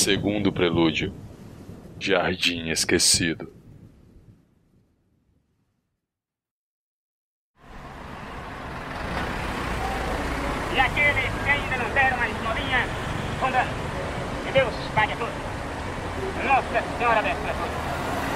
Segundo prelúdio, Jardim Esquecido. E aqueles que ainda não deram a esmolinha, onda, que Deus pague a todos. Nossa Senhora abençoe a todos.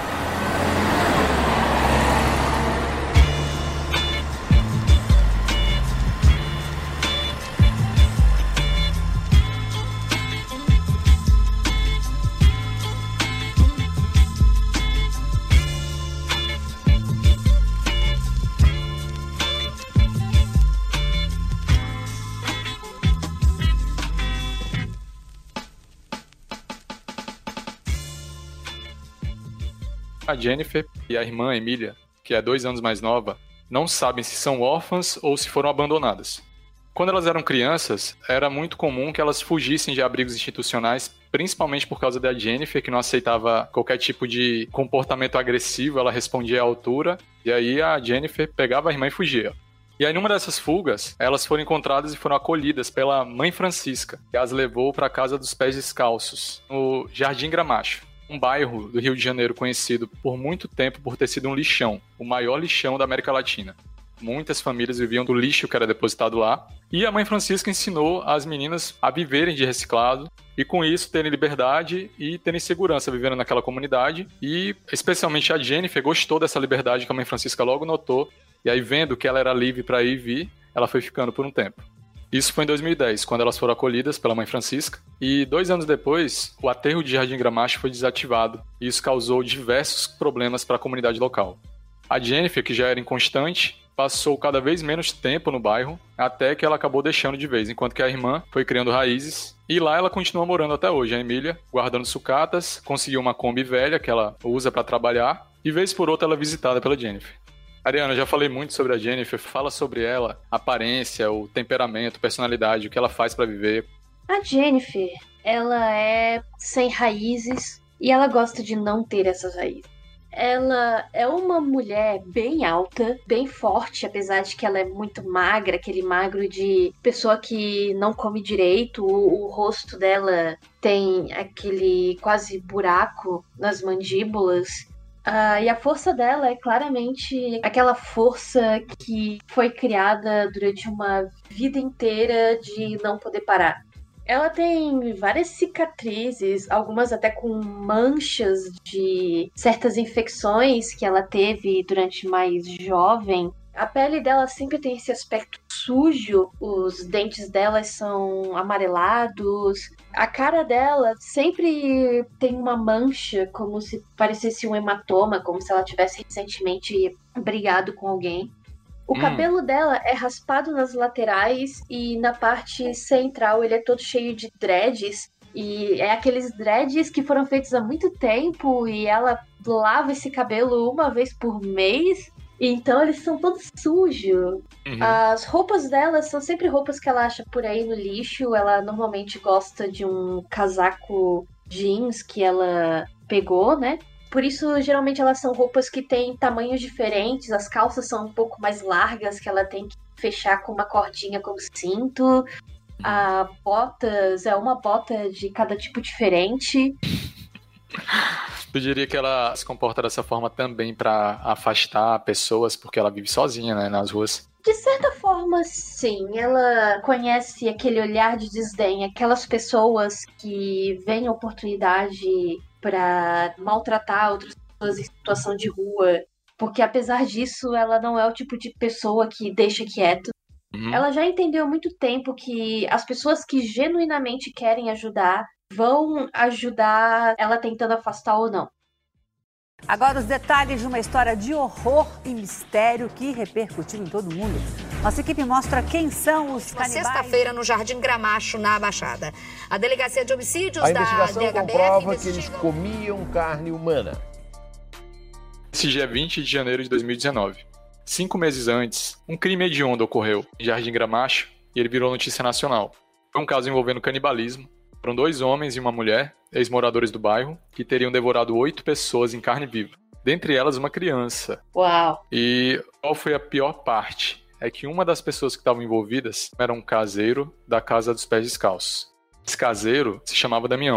A Jennifer e a irmã Emília, que é 2 anos mais nova, não sabem se são órfãs ou se foram abandonadas. Quando elas eram crianças, era muito comum que elas fugissem de abrigos institucionais, principalmente por causa da Jennifer, que não aceitava qualquer tipo de comportamento agressivo, ela respondia à altura, e aí a Jennifer pegava a irmã e fugia. E aí, numa dessas fugas, elas foram encontradas e foram acolhidas pela mãe Francisca, que as levou para a Casa dos Pés Descalços, no Jardim Gramacho, um bairro do Rio de Janeiro conhecido por muito tempo por ter sido um lixão, o maior lixão da América Latina. Muitas famílias viviam do lixo que era depositado lá, e a mãe Francisca ensinou as meninas a viverem de reciclado e com isso terem liberdade e terem segurança vivendo naquela comunidade. E especialmente a Jennifer gostou dessa liberdade que a mãe Francisca logo notou, e aí vendo que ela era livre para ir e vir, ela foi ficando por um tempo. Isso foi em 2010, quando elas foram acolhidas pela mãe Francisca, e 2 anos depois, o aterro de Jardim Gramacho foi desativado, e isso causou diversos problemas para a comunidade local. A Jennifer, que já era inconstante, passou cada vez menos tempo no bairro, até que ela acabou deixando de vez, enquanto que a irmã foi criando raízes, e lá ela continua morando até hoje. A Emília, guardando sucatas, conseguiu uma Kombi velha que ela usa para trabalhar, e vez por outra ela é visitada pela Jennifer. Ariana, já falei muito sobre a Jennifer, fala sobre ela, a aparência, o temperamento, personalidade, o que ela faz pra viver. A Jennifer, ela é sem raízes e ela gosta de não ter essas raízes. Ela é uma mulher bem alta, bem forte, apesar de que ela é muito magra, aquele magro de pessoa que não come direito. O rosto dela tem aquele quase buraco nas mandíbulas. E a força dela é claramente aquela força que foi criada durante uma vida inteira de não poder parar. Ela tem várias cicatrizes, algumas até com manchas de certas infecções que ela teve durante mais jovem. A pele dela sempre tem esse aspecto sujo, os dentes dela são amarelados. A cara dela sempre tem uma mancha, como se parecesse um hematoma, como se ela tivesse recentemente brigado com alguém. O cabelo dela é raspado nas laterais e na parte central ele é todo cheio de dreads. E é aqueles dreads que foram feitos há muito tempo e ela lava esse cabelo uma vez por mês. Então eles são todos sujos. As roupas dela são sempre roupas que ela acha por aí no lixo. Ela normalmente gosta de um casaco jeans que ela pegou, né? Por isso, geralmente, elas são roupas que têm tamanhos diferentes. As calças são um pouco mais largas, que ela tem que fechar com uma cordinha como cinto. As botas é uma bota de cada tipo diferente. Tu diria que ela se comporta dessa forma também pra afastar pessoas, porque ela vive sozinha, né, nas ruas? De certa forma, sim. Ela conhece aquele olhar de desdém, aquelas pessoas que veem oportunidade para maltratar outras pessoas em situação de rua. Porque apesar disso, ela não é o tipo de pessoa que deixa quieto. Ela já entendeu há muito tempo que as pessoas que genuinamente querem ajudar vão ajudar ela tentando afastar ou não. Agora os detalhes de uma história de horror e mistério que repercutiu em todo mundo. Nossa equipe mostra quem são os canibais. Sexta-feira no Jardim Gramacho, na Baixada. A Delegacia de Homicídios A da investigação DHBF comprova que eles comiam carne humana. Esse dia é 20 de janeiro de 2019. 5 meses antes, um crime hediondo ocorreu em Jardim Gramacho e ele virou notícia nacional. Foi um caso envolvendo canibalismo. Foram 2 homens e uma mulher, ex-moradores do bairro, que teriam devorado 8 pessoas em carne viva. Dentre elas, uma criança. Uau! E qual foi a pior parte? É que uma das pessoas que estavam envolvidas era um caseiro da Casa dos Pés Descalços. Esse caseiro se chamava Damião.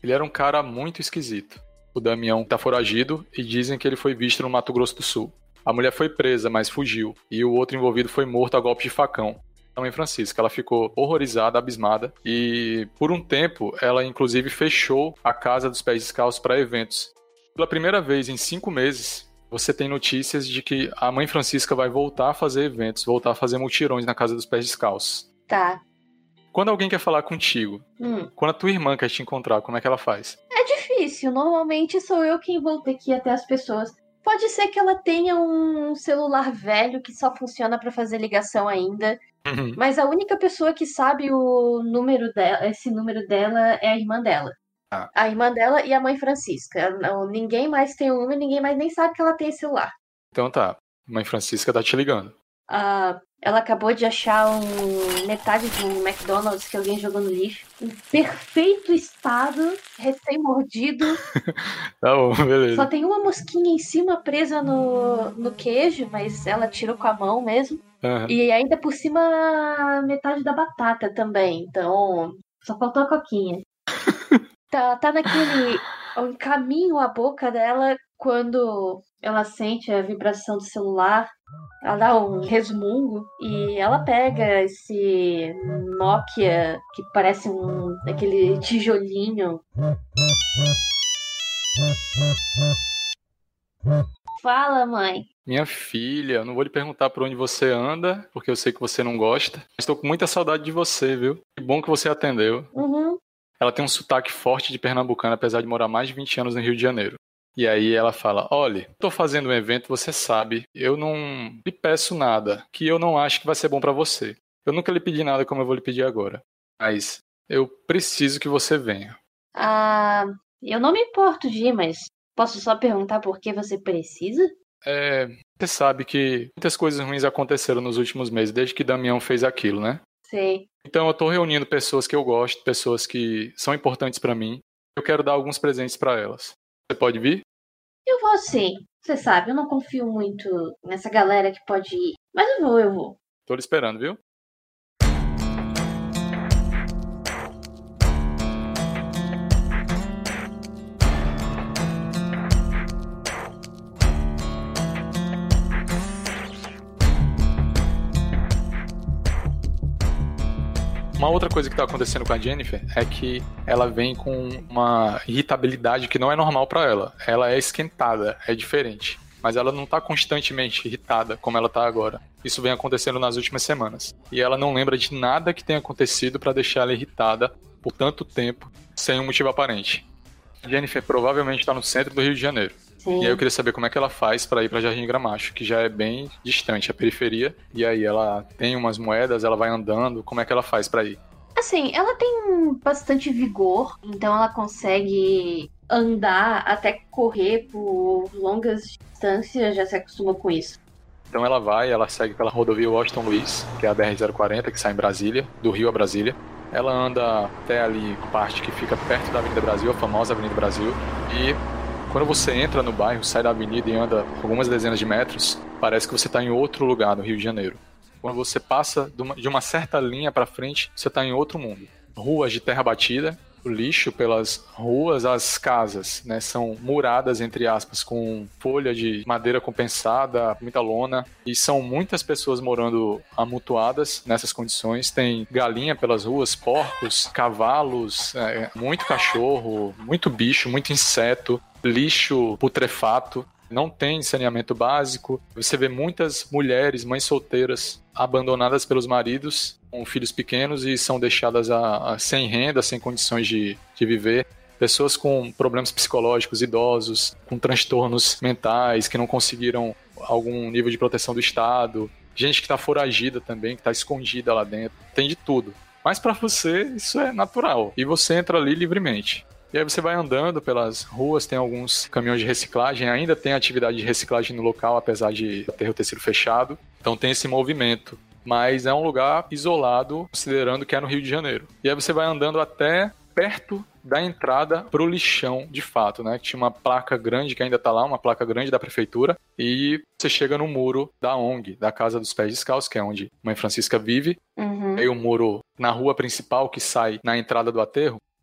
Ele era um cara muito esquisito. O Damião tá foragido e dizem que ele foi visto no Mato Grosso do Sul. A mulher foi presa, mas fugiu. E o outro envolvido foi morto a golpe de facão. A mãe Francisca, ela ficou horrorizada, abismada. E por um tempo, ela inclusive fechou a Casa dos Pés Descalços para eventos. Pela primeira vez em 5 meses, você tem notícias de que a mãe Francisca vai voltar a fazer eventos, voltar a fazer mutirões na Casa dos Pés Descalços. Tá. Quando alguém quer falar contigo, quando a tua irmã quer te encontrar, como é que ela faz? É difícil. Normalmente sou eu quem vou ter que ir até as pessoas. Pode ser que ela tenha um celular velho que só funciona pra fazer ligação ainda. Mas a única pessoa que sabe o número dela, esse número dela, é a irmã dela. Ah. A irmã dela e a mãe Francisca. Não, ninguém mais tem o número, ninguém mais nem sabe que ela tem celular. Então tá, mãe Francisca tá te ligando. Ela acabou de achar metade de um McDonald's que alguém jogou no lixo. Em perfeito estado, recém-mordido. Tá bom, beleza. Só tem uma mosquinha em cima presa no queijo, mas ela tirou com a mão mesmo. Uhum. E ainda por cima, metade da batata também. Então, só faltou a coquinha. tá naquele caminho a boca dela quando ela sente a vibração do celular. Ela dá um resmungo e ela pega esse Nokia que parece aquele tijolinho. Fala, mãe. Minha filha, eu não vou lhe perguntar por onde você anda, porque eu sei que você não gosta. Estou com muita saudade de você, viu? Que bom que você atendeu. Uhum. Ela tem um sotaque forte de pernambucana, apesar de morar mais de 20 anos no Rio de Janeiro. E aí ela fala, olha, estou fazendo um evento, você sabe, eu não lhe peço nada que eu não acho que vai ser bom para você. Eu nunca lhe pedi nada como eu vou lhe pedir agora. Mas eu preciso que você venha. Eu não me importo de ir, mas posso só perguntar por que você precisa? Você sabe que muitas coisas ruins aconteceram nos últimos meses, desde que Damião fez aquilo, né? Sei. Então eu tô reunindo pessoas que eu gosto, pessoas que são importantes pra mim. Eu quero dar alguns presentes pra elas. Você pode vir? Eu vou sim. Você sabe, eu não confio muito nessa galera que pode ir. Mas eu vou. Tô lhe esperando, viu? Uma outra coisa que está acontecendo com a Jennifer é que ela vem com uma irritabilidade que não é normal para ela. Ela é esquentada, é diferente. Mas ela não está constantemente irritada como ela está agora. Isso vem acontecendo nas últimas semanas. E ela não lembra de nada que tenha acontecido para deixar ela irritada por tanto tempo, sem um motivo aparente. A Jennifer provavelmente está no centro do Rio de Janeiro. Sim. E aí eu queria saber como é que ela faz para ir para Jardim Gramacho, que já é bem distante, a periferia. E aí ela tem umas moedas, ela vai andando, como é que ela faz para ir? Assim, ela tem bastante vigor, então ela consegue andar até correr por longas distâncias, já se acostuma com isso. Então ela segue pela rodovia Washington Luiz, que é a BR-040, que sai em Brasília, do Rio a Brasília. Ela anda até ali, parte que fica perto da Avenida Brasil, a famosa Avenida Brasil, e quando você entra no bairro, sai da avenida e anda algumas dezenas de metros, parece que você está em outro lugar no Rio de Janeiro. Quando você passa de uma certa linha para frente, você está em outro mundo. Ruas de terra batida, o lixo pelas ruas, as casas, né, são muradas, entre aspas, com folha de madeira compensada, muita lona, e são muitas pessoas morando amontoadas nessas condições. Tem galinha pelas ruas, porcos, cavalos, muito cachorro, muito bicho, muito inseto, lixo putrefato, não tem saneamento básico. Você vê muitas mulheres, mães solteiras, abandonadas pelos maridos, com filhos pequenos e são deixadas sem renda, sem condições de viver. Pessoas com problemas psicológicos, idosos, com transtornos mentais, que não conseguiram algum nível de proteção do Estado. Gente que está foragida também, que está escondida lá dentro. Tem de tudo. Mas para você, isso é natural. E você entra ali livremente. E aí você vai andando pelas ruas, tem alguns caminhões de reciclagem, ainda tem atividade de reciclagem no local, apesar de ter sido fechado. Então tem esse movimento. Mas é um lugar isolado, considerando que é no Rio de Janeiro. E aí você vai andando até perto da entrada pro lixão, de fato, né? Tinha uma placa grande que ainda tá lá, uma placa grande da prefeitura. E você chega no muro da ONG, da Casa dos Pés Descalços, que é onde Mãe Francisca vive. Uhum. Aí o muro na rua principal que sai na entrada do aterro,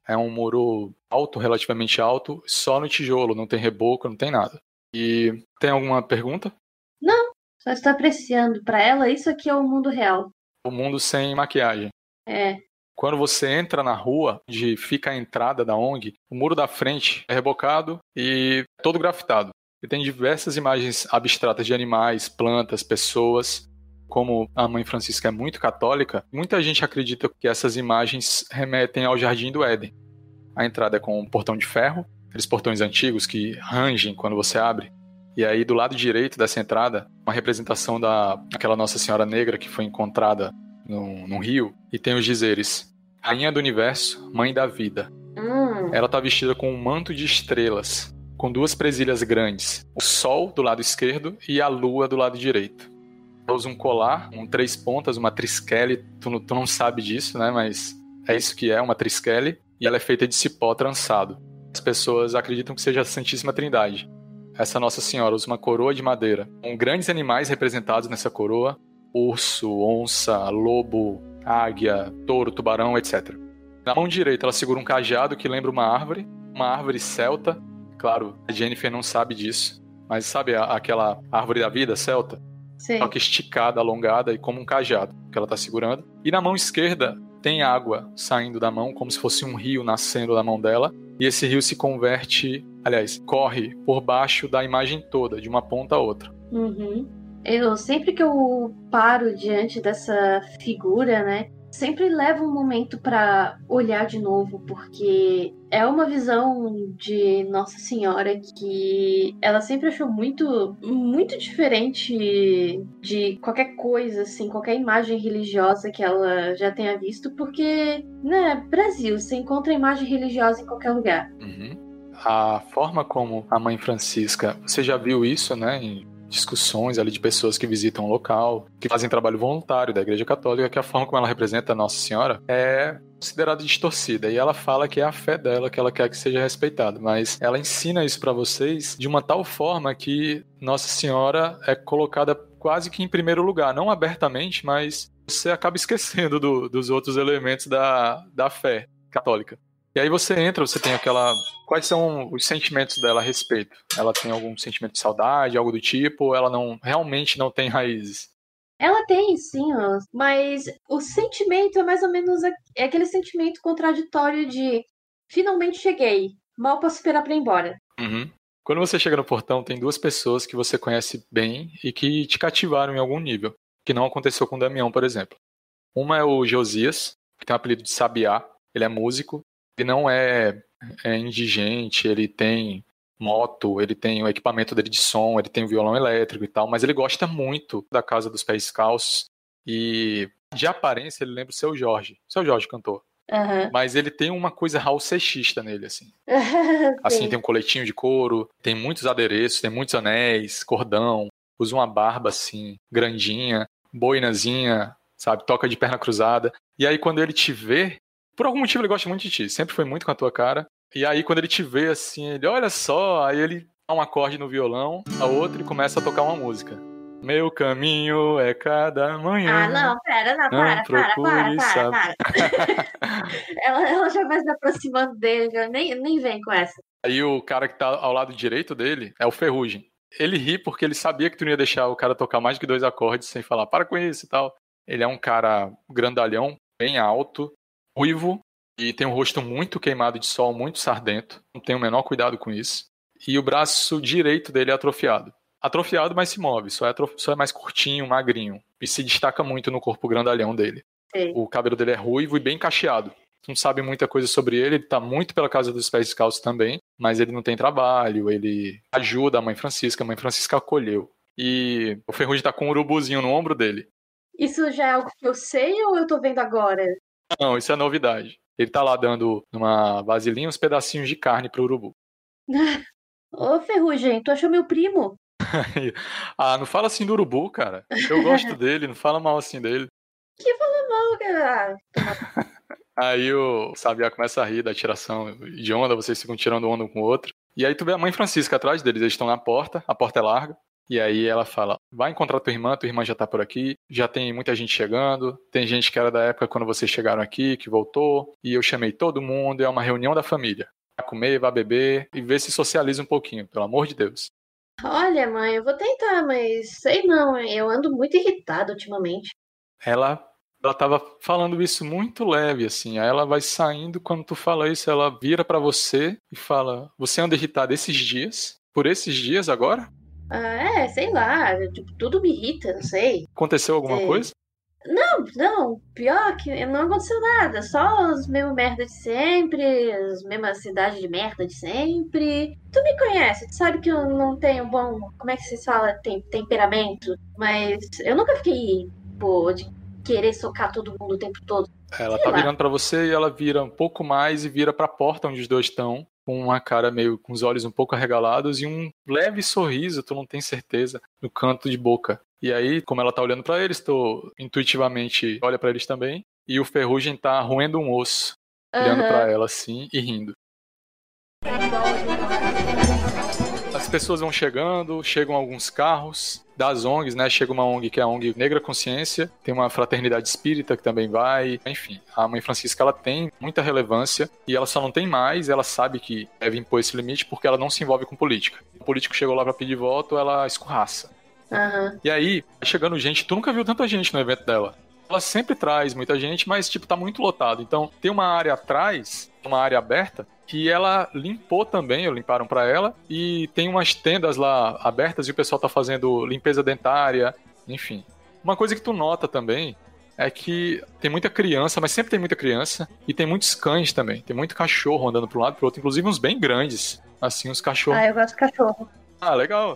É um muro alto, relativamente alto, só no tijolo, não tem reboco, não tem nada. E tem alguma pergunta? Não, só estou apreciando. Pra ela, isso aqui é o mundo real. O mundo sem maquiagem. É. Quando você entra na rua, onde fica a entrada da ONG, o muro da frente é rebocado e todo grafitado. E tem diversas imagens abstratas de animais, plantas, pessoas. Como a Mãe Francisca é muito católica, muita gente acredita que essas imagens remetem ao Jardim do Éden. A entrada é com um portão de ferro, aqueles portões antigos que rangem quando você abre. E aí, do lado direito dessa entrada, uma representação daquela Nossa Senhora Negra que foi encontrada num rio. E tem os dizeres: Rainha do Universo, Mãe da Vida. Ela está vestida com um manto de estrelas, com 2 presilhas grandes. O Sol do lado esquerdo e a Lua do lado direito. Ela usa um colar, 3 pontas, uma triskelly. Tu não sabe disso, né? Mas é isso que é, uma triskelly. E ela é feita de cipó trançado. As pessoas acreditam que seja a Santíssima Trindade. Essa Nossa Senhora usa uma coroa de madeira, com grandes animais representados nessa coroa. Urso, onça, lobo, águia, touro, tubarão, etc. Na mão direita ela segura um cajado que lembra uma árvore celta. Claro, a Jennifer não sabe disso. Mas sabe aquela árvore da vida celta? Sim. Só que esticada, alongada e como um cajado que ela está segurando. E na mão esquerda tem água saindo da mão, como se fosse um rio nascendo da mão dela. E esse rio se converte, corre por baixo da imagem toda, de uma ponta a outra. Sempre que eu paro diante dessa figura, né, sempre levo um momento pra olhar de novo, porque é uma visão de Nossa Senhora que ela sempre achou muito, muito diferente de qualquer coisa, assim, qualquer imagem religiosa que ela já tenha visto, porque, né, Brasil, você encontra imagem religiosa em qualquer lugar. A forma como a Mãe Francisca, você já viu isso, né, em discussões ali de pessoas que visitam o local, que fazem trabalho voluntário da Igreja Católica, que a forma como ela representa a Nossa Senhora é considerada distorcida. E ela fala que é a fé dela, que ela quer que seja respeitada. Mas ela ensina isso para vocês de uma tal forma que Nossa Senhora é colocada quase que em primeiro lugar. Não abertamente, mas você acaba esquecendo dos outros elementos da fé católica. E aí você entra, você tem aquela... Quais são os sentimentos dela a respeito? Ela tem algum sentimento de saudade, algo do tipo, ou ela realmente não tem raízes? Ela tem, sim, mas o sentimento é mais ou menos aquele sentimento contraditório de finalmente cheguei, mal posso esperar pra ir embora. Quando você chega no portão, tem 2 pessoas que você conhece bem e que te cativaram em algum nível, que não aconteceu com o Damião, por exemplo. Uma é o Josias, que tem o apelido de Sabiá, ele é músico, ele não é indigente, ele tem moto, ele tem o equipamento dele de som, ele tem o violão elétrico e tal, mas ele gosta muito da Casa dos Pés Descalços e de aparência ele lembra o Seu Jorge. O Seu Jorge cantor. Mas ele tem uma coisa Raul Seixista nele, assim. Assim, tem um coletinho de couro, tem muitos adereços, tem muitos anéis, cordão, usa uma barba assim, grandinha, boinazinha, sabe, toca de perna cruzada. E aí quando ele te vê, por algum motivo ele gosta muito de ti, sempre foi muito com a tua cara. E aí quando ele te vê assim, ele olha só, aí ele dá um acorde no violão, a outra e começa a tocar uma música. Meu caminho é cada manhã. Não, pera, para. ela já vai se aproximando dele, já nem vem com essa. Aí o cara que tá ao lado direito dele é o Ferrugem. Ele ri porque ele sabia que tu não ia deixar o cara tocar mais do que 2 acordes sem falar, para com isso e tal. Ele é um cara grandalhão, bem alto, ruivo, e tem um rosto muito queimado de sol, muito sardento. Não tem o menor cuidado com isso. E o braço direito dele é atrofiado. Atrofiado, mas se move. Só é mais curtinho, magrinho. E se destaca muito no corpo grandalhão dele. Sim. O cabelo dele é ruivo e bem cacheado. Não sabe muita coisa sobre ele. Ele tá muito pela Casa dos Pés Descalços também. Mas ele não tem trabalho. Ele ajuda a Mãe Francisca. A Mãe Francisca acolheu. E o Ferrugem tá com um urubuzinho no ombro dele. Isso já é algo que eu sei ou eu tô vendo agora? Não, isso é novidade. Ele tá lá dando numa vasilhinha uns pedacinhos de carne pro urubu. Ô, Ferrugem, tu achou meu primo? Não fala assim do urubu, cara. Eu gosto dele, não fala mal assim dele. Que fala mal, cara? Aí o Sabiá começa a rir da tiração de onda, vocês ficam tirando onda um com o outro. E aí tu vê a Mãe Francisca atrás deles, eles estão na porta, a porta é larga. E aí ela fala, vai encontrar tua irmã já tá por aqui, já tem muita gente chegando, tem gente que era da época quando vocês chegaram aqui, que voltou, e eu chamei todo mundo, é uma reunião da família. Vai comer, vai beber e ver se socializa um pouquinho, pelo amor de Deus. Olha, mãe, eu vou tentar, mas sei não, eu ando muito irritada ultimamente. Ela tava falando isso muito leve, assim. Aí ela vai saindo, quando tu fala isso, ela vira pra você e fala: você anda irritada esses dias? Por esses dias agora? Sei lá, tipo, tudo me irrita, não sei. Aconteceu alguma coisa? Não, pior que não aconteceu nada, só os mesmos merda de sempre, as mesmas cidades de merda de sempre. Tu me conhece, tu sabe que eu não tenho bom, como é que se fala, temperamento, mas eu nunca fiquei, pô, de querer socar todo mundo o tempo todo. Ela Sei tá lá. virando pra você e ela vira um pouco mais e vira pra porta onde os dois estão, com uma cara meio, com os olhos um pouco arregalados e um leve sorriso, tu não tem certeza, no canto de boca. E aí, como ela tá olhando pra eles, tu intuitivamente olha pra eles também, e o Ferrugem tá roendo um osso, olhando pra ela assim e rindo. As pessoas vão chegando, chegam alguns carros das ONGs, né? Chega uma ONG que é a ONG Negra Consciência, tem uma fraternidade espírita que também vai, enfim. A Mãe Francisca, ela tem muita relevância e ela só não tem mais, ela sabe que deve impor esse limite porque ela não se envolve com política. O político chegou lá pra pedir voto, ela escorraça. E aí, chegando gente, tu nunca viu tanta gente no evento dela. Ela sempre traz muita gente, mas tipo, tá muito lotado. Então, tem uma área atrás, uma área aberta, que ela limpou também, ou limparam pra ela, e tem umas tendas lá abertas e o pessoal tá fazendo limpeza dentária, enfim. Uma coisa que tu nota também é que tem muita criança, mas sempre tem muita criança, e tem muitos cães também. Tem muito cachorro andando pra um lado e pro outro, inclusive uns bem grandes, assim, uns cachorros. Eu gosto de cachorro. Ah, legal.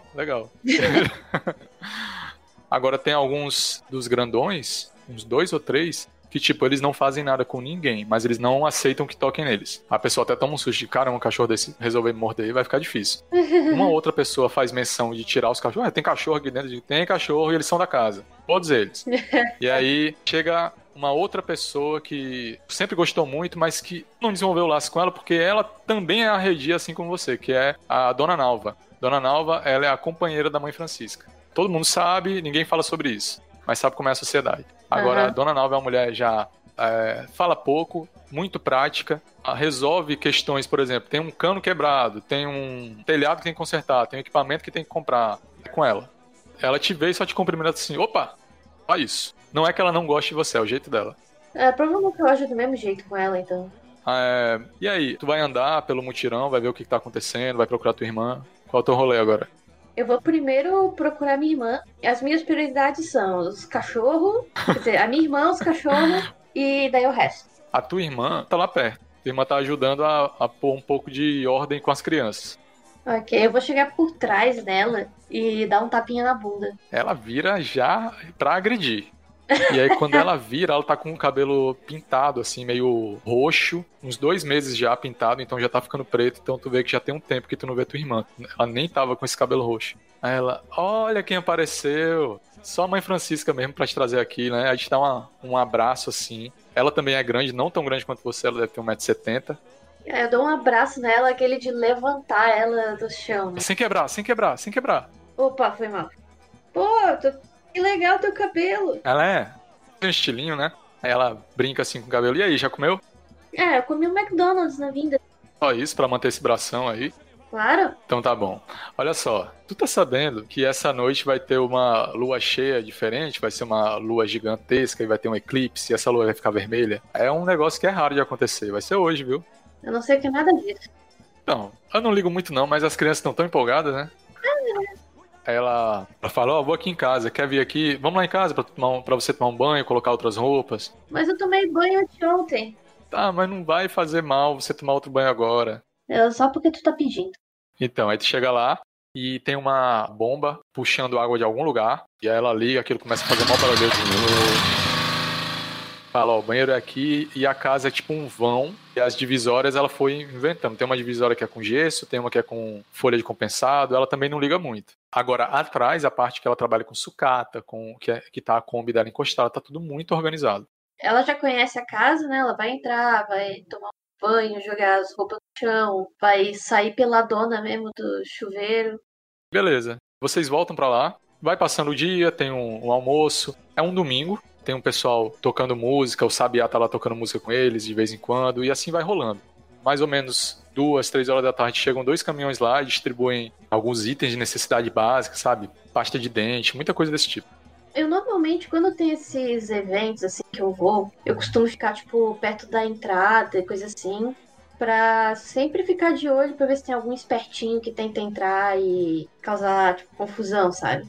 Agora tem alguns dos grandões, uns 2 ou 3, que tipo, eles não fazem nada com ninguém, mas eles não aceitam que toquem neles. A pessoa até toma um susto de cara, um cachorro desse resolver morder, vai ficar difícil. Uma outra pessoa faz menção de tirar os cachorros. Tem cachorro aqui dentro? Tem cachorro e eles são da casa. Todos eles. E aí chega uma outra pessoa que sempre gostou muito, mas que não desenvolveu laço com ela, porque ela também é arredia assim como você, que é a Dona Nalva. Dona Nalva, ela é a companheira da Mãe Francisca. Todo mundo sabe, ninguém fala sobre isso, mas sabe como é a sociedade. Agora, a Dona Nalva é uma mulher já fala pouco, muito prática, resolve questões, por exemplo, tem um cano quebrado, tem um telhado que tem que consertar, tem um equipamento que tem que comprar, é com ela. Ela te vê e só te cumprimenta assim, opa, olha isso. Não é que ela não goste de você, é o jeito dela. Provavelmente eu ajo do mesmo jeito com ela, então. E aí, tu vai andar pelo mutirão, vai ver o que tá acontecendo, vai procurar tua irmã. Qual é o teu rolê agora? Eu vou primeiro procurar minha irmã. As minhas prioridades são os cachorros, quer dizer, a minha irmã, os cachorros e daí o resto. A tua irmã tá lá perto. Tua irmã tá ajudando a pôr um pouco de ordem com as crianças. Ok, eu vou chegar por trás dela e dar um tapinha na bunda. Ela vira já pra agredir. E aí quando ela vira, ela tá com o cabelo pintado, assim, meio roxo. Uns 2 meses já pintado, então já tá ficando preto. Então tu vê que já tem um tempo que tu não vê tua irmã. Ela nem tava com esse cabelo roxo. Aí ela, olha quem apareceu. Só a Mãe Francisca mesmo pra te trazer aqui, né? A gente dá um abraço, assim. Ela também é grande, não tão grande quanto você. Ela deve ter 1,70 m. Eu dou um abraço nela, aquele de levantar ela do chão, né? Sem quebrar. Opa, foi mal. Pô, que legal teu cabelo. Ela tem um estilinho, né? Aí ela brinca assim com o cabelo. E aí, já comeu? Eu comi um McDonald's na vinda. Só isso, pra manter esse bração aí. Claro. Então tá bom. Olha só, tu tá sabendo que essa noite vai ter uma lua cheia diferente? Vai ser uma lua gigantesca e vai ter um eclipse e essa lua vai ficar vermelha? É um negócio que é raro de acontecer. Vai ser hoje, viu? Eu não sei o que é nada disso. Não, eu não ligo muito não, mas as crianças estão tão empolgadas, né? Aí ela fala, vou aqui em casa, quer vir aqui? Vamos lá em casa pra você tomar um banho, colocar outras roupas. Mas eu tomei banho anteontem. Tá, mas não vai fazer mal você tomar outro banho agora. Só porque tu tá pedindo. Então, aí tu chega lá e tem uma bomba puxando água de algum lugar. E aí ela liga, aquilo começa a fazer mal barulho. Fala, o banheiro é aqui e a casa é tipo um vão. E as divisórias ela foi inventando. Tem uma divisória que é com gesso, tem uma que é com folha de compensado. Ela também não liga muito. Agora, atrás, a parte que ela trabalha com sucata, que tá a Kombi dela encostada, tá tudo muito organizado. Ela já conhece a casa, né? Ela vai entrar, vai tomar um banho, jogar as roupas no chão, vai sair peladona mesmo do chuveiro. Beleza. Vocês voltam pra lá. vai passando o dia, tem um almoço, é um domingo, tem um pessoal tocando música, o Sabiá tá lá tocando música com eles de vez em quando, e assim vai rolando. Mais ou menos 2, 3 horas da tarde chegam 2 caminhões lá e distribuem alguns itens de necessidade básica, sabe? Pasta de dente, muita coisa desse tipo. Eu normalmente, quando tem esses eventos assim que eu vou, eu costumo ficar, tipo, perto da entrada e coisa assim, pra sempre ficar de olho pra ver se tem algum espertinho que tenta entrar e causar, tipo, confusão, sabe?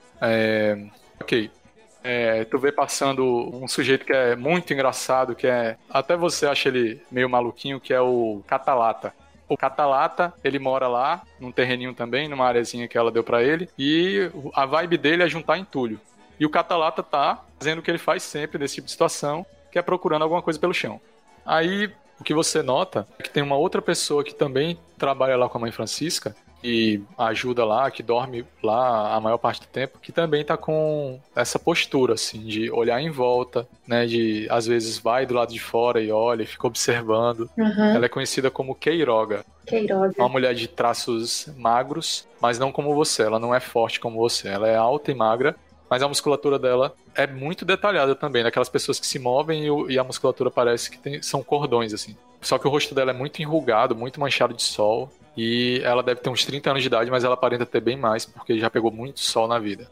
Ok. Tu vê passando um sujeito que é muito engraçado, que é... Até você acha ele meio maluquinho, que é o Catalata. O Catalata, ele mora lá, num terreninho também, numa areazinha que ela deu pra ele, e a vibe dele é juntar entulho. E o Catalata tá fazendo o que ele faz sempre nesse tipo de situação, que é procurando alguma coisa pelo chão. Aí, o que você nota é que tem uma outra pessoa que também trabalha lá com a Mãe Francisca, e ajuda lá, que dorme lá a maior parte do tempo, que também tá com essa postura, assim, de olhar em volta, né, de, às vezes, vai do lado de fora e olha, e fica observando. Uhum. Ela é conhecida como Queiroga. Queiroga. Uma mulher de traços magros, mas não como você, ela não é forte como você, ela é alta e magra, mas a musculatura dela é muito detalhada também, daquelas pessoas que se movem e a musculatura parece que são cordões, assim. Só que o rosto dela é muito enrugado, muito manchado de sol, e ela deve ter uns 30 anos de idade, mas ela aparenta ter bem mais, porque já pegou muito sol na vida.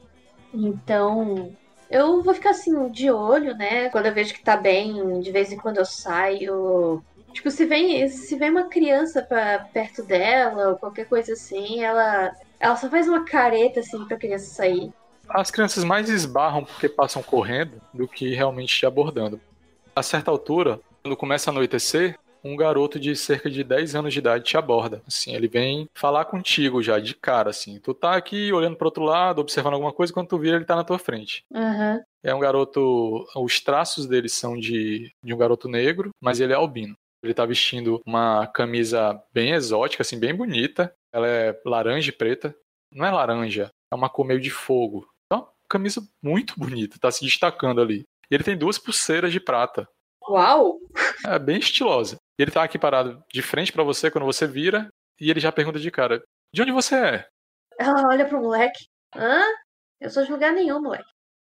Então, eu vou ficar assim, de olho, né? Quando eu vejo que tá bem, de vez em quando eu saio. Tipo, se vem uma criança perto dela, ou qualquer coisa assim, ela só faz uma careta, assim, pra criança sair. As crianças mais esbarram porque passam correndo do que realmente te abordando. A certa altura, quando começa a anoitecer, um garoto de cerca de 10 anos de idade te aborda. Assim, ele vem falar contigo já, de cara, assim. Tu tá aqui olhando pro outro lado, observando alguma coisa, quando tu vira, ele tá na tua frente. Uhum. É um garoto... Os traços dele são de um garoto negro, mas ele é albino. Ele tá vestindo uma camisa bem exótica, assim, bem bonita. Ela é laranja e preta. Não é laranja, é uma cor meio de fogo. É uma camisa muito bonita, tá se destacando ali. E ele tem 2 pulseiras de prata. Uau! É bem estilosa. E ele tá aqui parado de frente pra você quando você vira, e ele já pergunta de cara: de onde você é? Ela olha pro moleque. Hã? Eu sou de lugar nenhum, moleque.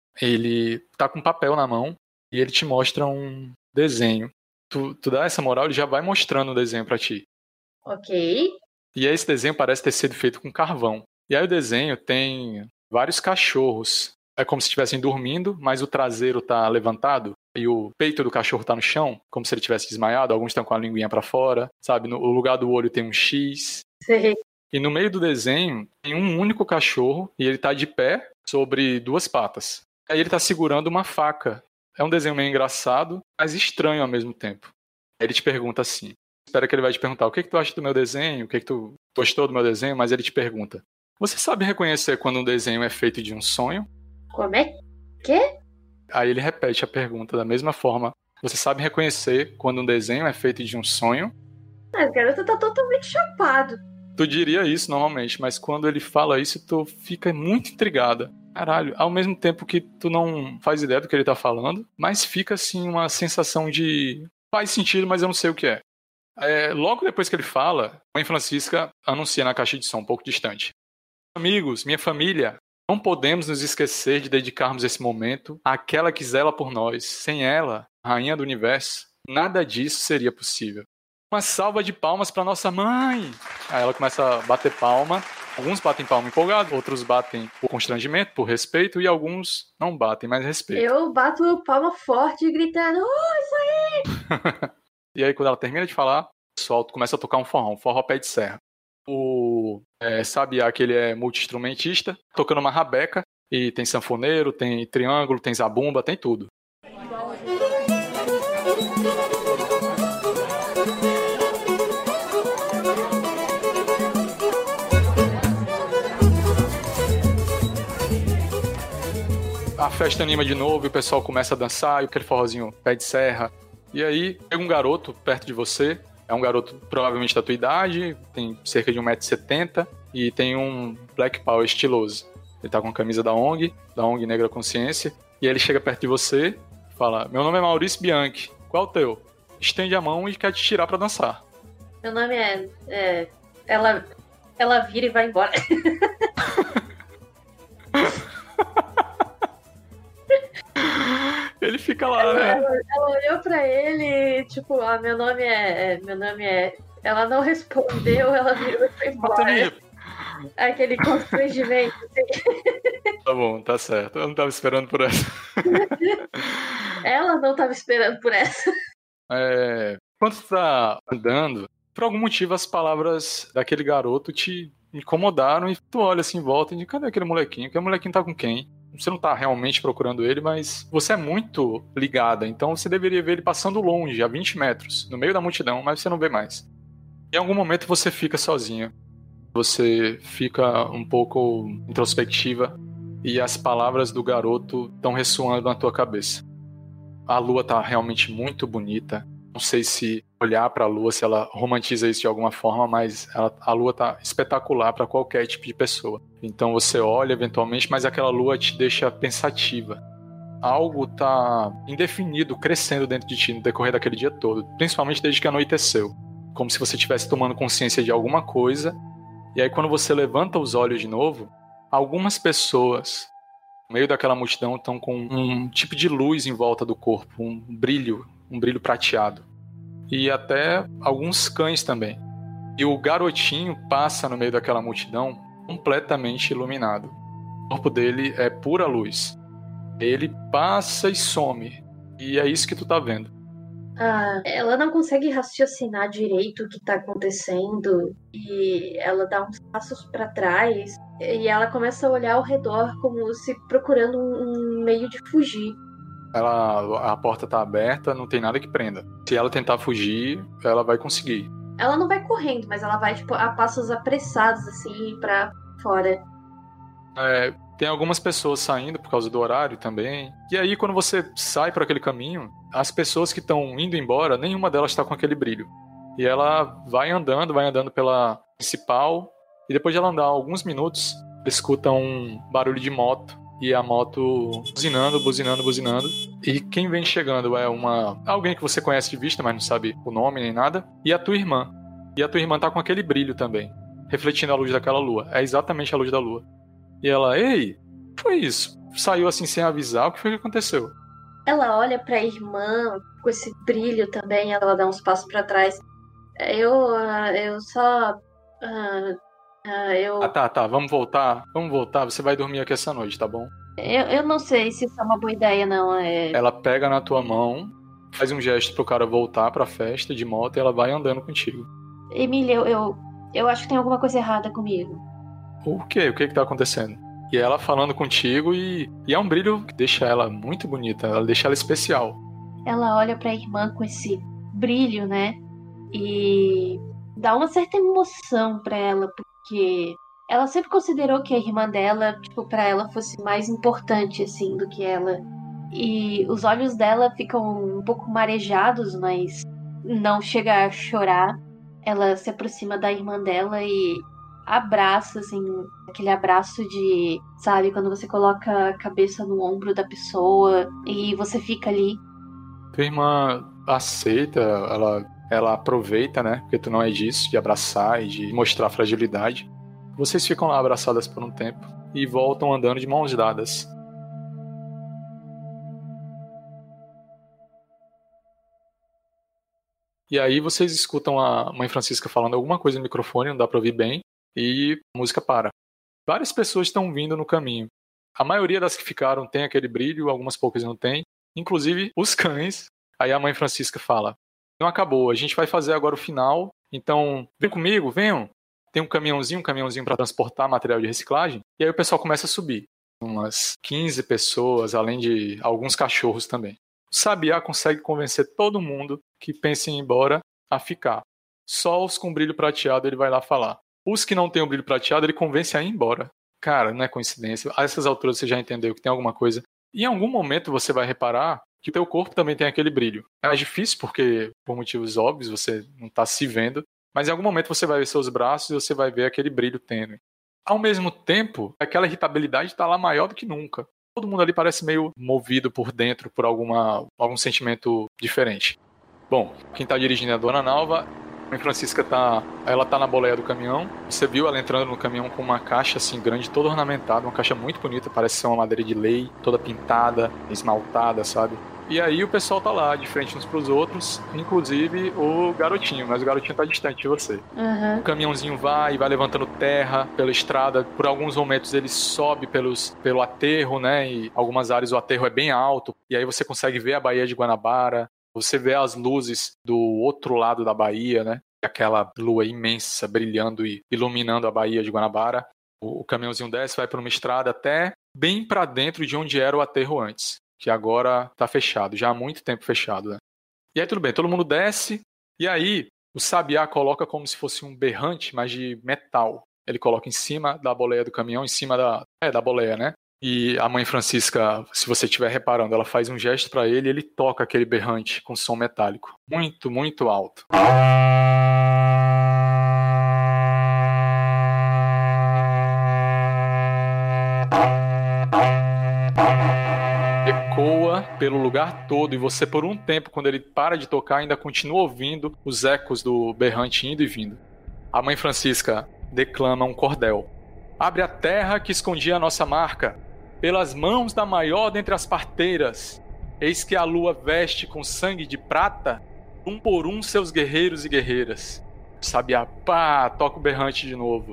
Ele tá com um papel na mão e ele te mostra um desenho. Tu dá essa moral, ele já vai mostrando o desenho pra ti. Ok. E aí esse desenho parece ter sido feito com carvão. E aí o desenho tem vários cachorros. É como se estivessem dormindo, mas o traseiro tá levantado e o peito do cachorro tá no chão, como se ele tivesse desmaiado. Alguns estão com a linguinha pra fora, sabe? No lugar do olho tem um X. Sei. E no meio do desenho tem um único cachorro e ele tá de pé sobre 2 patas. Aí ele tá segurando uma faca. É um desenho meio engraçado, mas estranho ao mesmo tempo. Aí ele te pergunta assim, espera que ele vai te perguntar o que tu acha do meu desenho, o que tu gostou do meu desenho, mas ele te pergunta, você sabe reconhecer quando um desenho é feito de um sonho? Como é? Quê? Aí ele repete a pergunta da mesma forma, você sabe reconhecer quando um desenho é feito de um sonho? O garoto tá totalmente chapado. Tu diria isso normalmente, mas quando ele fala isso, tu fica muito intrigada. Caralho, ao mesmo tempo que tu não faz ideia do que ele tá falando, mas fica assim uma sensação de... faz sentido, mas eu não sei o que é. Logo depois que ele fala, a Mãe Francisca anuncia na caixa de som, um pouco distante. Amigos, minha família, não podemos nos esquecer de dedicarmos esse momento àquela que zela por nós. Sem ela, rainha do universo, nada disso seria possível. Uma salva de palmas para nossa mãe! Aí ela começa a bater palma. Alguns batem palma empolgado, outros batem por constrangimento, por respeito, e alguns não batem, mas respeitam. Eu bato palma forte gritando, isso aí! E aí quando ela termina de falar, o pessoal começa a tocar um forró pé de serra. O Sabiá, que ele é multi-instrumentista, tocando uma rabeca, e tem sanfoneiro, tem triângulo, tem zabumba, tem tudo. A festa anima de novo e o pessoal começa a dançar, e aquele forrozinho pé de serra. E aí, chega um garoto perto de você, é um garoto provavelmente da tua idade, tem cerca de 1,70 m e tem um Black Power estiloso. Ele tá com a camisa da ONG Negra Consciência, e aí ele chega perto de você e fala, meu nome é Maurício Bianchi, qual é o teu? Estende a mão e quer te tirar pra dançar. Meu nome ela vira e vai embora. Ele fica lá, né? Ela olhou pra ele, tipo, meu nome é. Ela não respondeu, ela virou e foi embora. Aquele constrangimento. Assim. Tá bom, tá certo. Eu não tava esperando por essa. Ela não tava esperando por essa. Quando tu tá andando, por algum motivo as palavras daquele garoto te incomodaram e tu olha assim em volta e diz, cadê aquele molequinho? Aquele molequinho tá com quem? Você não tá realmente procurando ele, mas você é muito ligada, então você deveria ver ele passando longe, a 20 metros, no meio da multidão, mas você não vê mais. Em algum momento você fica sozinha. Você fica um pouco introspectiva e as palavras do garoto estão ressoando na tua cabeça. A lua tá realmente muito bonita. Não sei se olhar para a lua, se ela romantiza isso de alguma forma, mas a lua tá espetacular para qualquer tipo de pessoa. Então você olha eventualmente, mas aquela lua te deixa pensativa. Algo tá indefinido crescendo dentro de ti no decorrer daquele dia todo, principalmente desde que anoiteceu. Como se você estivesse tomando consciência de alguma coisa. E aí quando você levanta os olhos de novo, algumas pessoas no meio daquela multidão estão com um tipo de luz em volta do corpo, um brilho prateado. E até alguns cães também. E o garotinho passa no meio daquela multidão completamente iluminado. O corpo dele é pura luz. Ele passa e some. E é isso que tu tá vendo. Ela não consegue raciocinar direito o que tá acontecendo e ela dá uns passos pra trás e ela começa a olhar ao redor como se procurando um meio de fugir. A porta tá aberta, não tem nada que prenda. Se ela tentar fugir, ela vai conseguir. Ela não vai correndo, mas ela vai tipo a passos apressados assim pra fora. Tem algumas pessoas saindo por causa do horário também. E aí, quando você sai por aquele caminho, as pessoas que estão indo embora, nenhuma delas está com aquele brilho. E ela vai andando pela principal. E depois de ela andar alguns minutos, escuta um barulho de moto. E a moto buzinando. E quem vem chegando é alguém que você conhece de vista, mas não sabe o nome nem nada. E a tua irmã. E a tua irmã tá com aquele brilho também, refletindo a luz daquela lua. É exatamente a luz da lua. E ela, ei, o que foi isso? Saiu assim sem avisar, o que foi que aconteceu? Ela olha pra irmã com esse brilho também, ela dá uns passos pra trás. Eu só... Tá, vamos voltar, você vai dormir aqui essa noite, tá bom? Eu não sei se isso é uma boa ideia, não. Ela pega na tua mão, faz um gesto pro cara voltar pra festa de moto e ela vai andando contigo. Emília, eu acho que tem alguma coisa errada comigo. O quê? O que tá acontecendo? E ela falando contigo e é um brilho que deixa ela muito bonita, ela deixa ela especial. Ela olha pra irmã com esse brilho, né? E dá uma certa emoção pra ela, porque ela sempre considerou que a irmã dela, tipo, pra ela fosse mais importante, assim, do que ela. E os olhos dela ficam um pouco marejados, mas não chega a chorar. Ela se aproxima da irmã dela e abraça, assim, aquele abraço de, sabe, quando você coloca a cabeça no ombro da pessoa e você fica ali. Tua irmã aceita, ela aproveita, né, porque tu não é disso, de abraçar e de mostrar fragilidade. Vocês ficam lá abraçadas por um tempo e voltam andando de mãos dadas. E aí vocês escutam a mãe Francisca falando alguma coisa no microfone, não dá pra ouvir bem, e a música para. Várias pessoas estão vindo no caminho. A maioria das que ficaram tem aquele brilho, algumas poucas não tem, inclusive os cães. Aí a mãe Francisca fala, não acabou, a gente vai fazer agora o final, então vem comigo, venham. Tem um caminhãozinho para transportar material de reciclagem, e aí o pessoal começa a subir. Umas 15 pessoas, além de alguns cachorros também. O Sabiá consegue convencer todo mundo que pensa em ir embora a ficar. Só os com brilho prateado ele vai lá falar. Os que não têm o brilho prateado, ele convence a ir embora. Cara, não é coincidência. A essas alturas você já entendeu que tem alguma coisa. E em algum momento você vai reparar que teu corpo também tem aquele brilho. É mais difícil porque, por motivos óbvios, você não está se vendo. Mas em algum momento você vai ver seus braços e você vai ver aquele brilho tênue. Ao mesmo tempo, aquela irritabilidade está lá maior do que nunca. Todo mundo ali parece meio movido por dentro por algum sentimento diferente. Bom, quem está dirigindo é a Dona Nalva. A mãe Francisca ela tá na boleia do caminhão. Você viu ela entrando no caminhão com uma caixa assim grande, toda ornamentada, uma caixa muito bonita, parece ser uma madeira de lei, toda pintada, esmaltada, sabe? E aí o pessoal tá lá, de frente uns pros outros, inclusive o garotinho, mas o garotinho tá distante de você. Uhum. O caminhãozinho vai levantando terra pela estrada, por alguns momentos ele sobe pelo aterro, né, e algumas áreas o aterro é bem alto, e aí você consegue ver a Baía de Guanabara, você vê as luzes do outro lado da baía, né, aquela lua imensa brilhando e iluminando a Baía de Guanabara. O caminhãozinho desce, vai por uma estrada até bem pra dentro de onde era o aterro antes, que agora tá fechado, já há muito tempo fechado, né? E aí tudo bem, todo mundo desce, e aí o sabiá coloca como se fosse um berrante, mas de metal. Ele coloca em cima da boleia do caminhão, em cima da boleia, né? E a mãe Francisca, se você estiver reparando, ela faz um gesto para ele e ele toca aquele berrante com som metálico. Muito, muito alto. Ecoa pelo lugar todo e você por um tempo, quando ele para de tocar, ainda continua ouvindo os ecos do berrante indo e vindo. A mãe Francisca declama um cordel. Abre a terra que escondia a nossa marca, pelas mãos da maior dentre as parteiras. Eis que a lua veste com sangue de prata, um por um seus guerreiros e guerreiras. Sabiá, pá, toca o berrante de novo.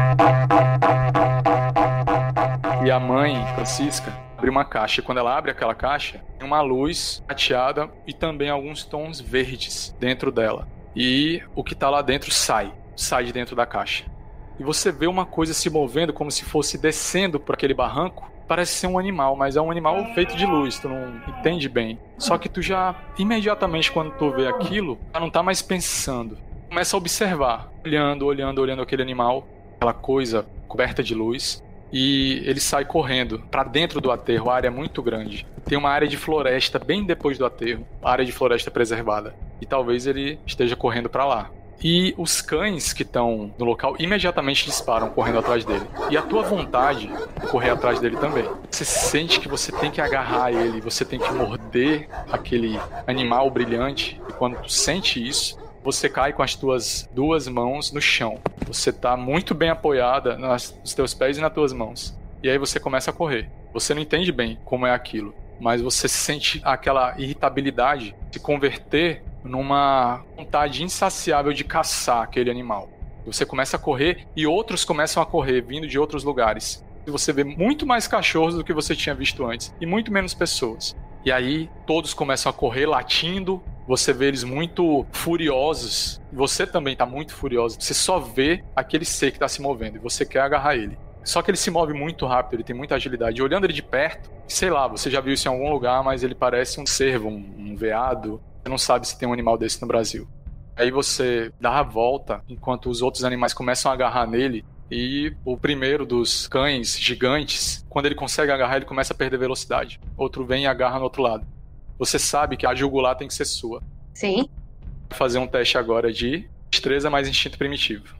E a mãe Francisca abre uma caixa. E quando ela abre aquela caixa, tem uma luz prateada e também alguns tons verdes dentro dela. E o que está lá dentro sai de dentro da caixa. E você vê uma coisa se movendo como se fosse descendo por aquele barranco. Parece ser um animal, mas é um animal feito de luz, tu não entende bem. Só que tu já, imediatamente quando tu vê aquilo, já não tá mais pensando. Começa a observar, olhando aquele animal, aquela coisa coberta de luz. E ele sai correndo para dentro do aterro, a área é muito grande. Tem uma área de floresta bem depois do aterro, área de floresta preservada. E talvez ele esteja correndo para lá. E os cães que estão no local imediatamente disparam correndo atrás dele. E a tua vontade é correr atrás dele também. Você sente que você tem que agarrar ele, você tem que morder aquele animal brilhante. E quando tu sente isso, você cai com as tuas duas mãos no chão. Você está muito bem apoiada nos teus pés e nas tuas mãos. E aí você começa a correr. Você não entende bem como é aquilo, mas você sente aquela irritabilidade se converter numa vontade insaciável de caçar aquele animal. Você começa a correr e outros começam a correr, vindo de outros lugares. E você vê muito mais cachorros do que você tinha visto antes, e muito menos pessoas. E aí todos começam a correr latindo, você vê eles muito furiosos, você também está muito furioso. Você só vê aquele ser que está se movendo e você quer agarrar ele. Só que ele se move muito rápido, ele tem muita agilidade. E olhando ele de perto, sei lá, você já viu isso em algum lugar, mas ele parece um cervo, um veado. Você não sabe se tem um animal desse no Brasil. Aí você dá a volta, enquanto os outros animais começam a agarrar nele, e o primeiro dos cães gigantes, quando ele consegue agarrar, ele começa a perder velocidade. Outro vem e agarra no outro lado. Você sabe que a jugular tem que ser sua. Sim. Vou fazer um teste agora de destreza mais instinto primitivo.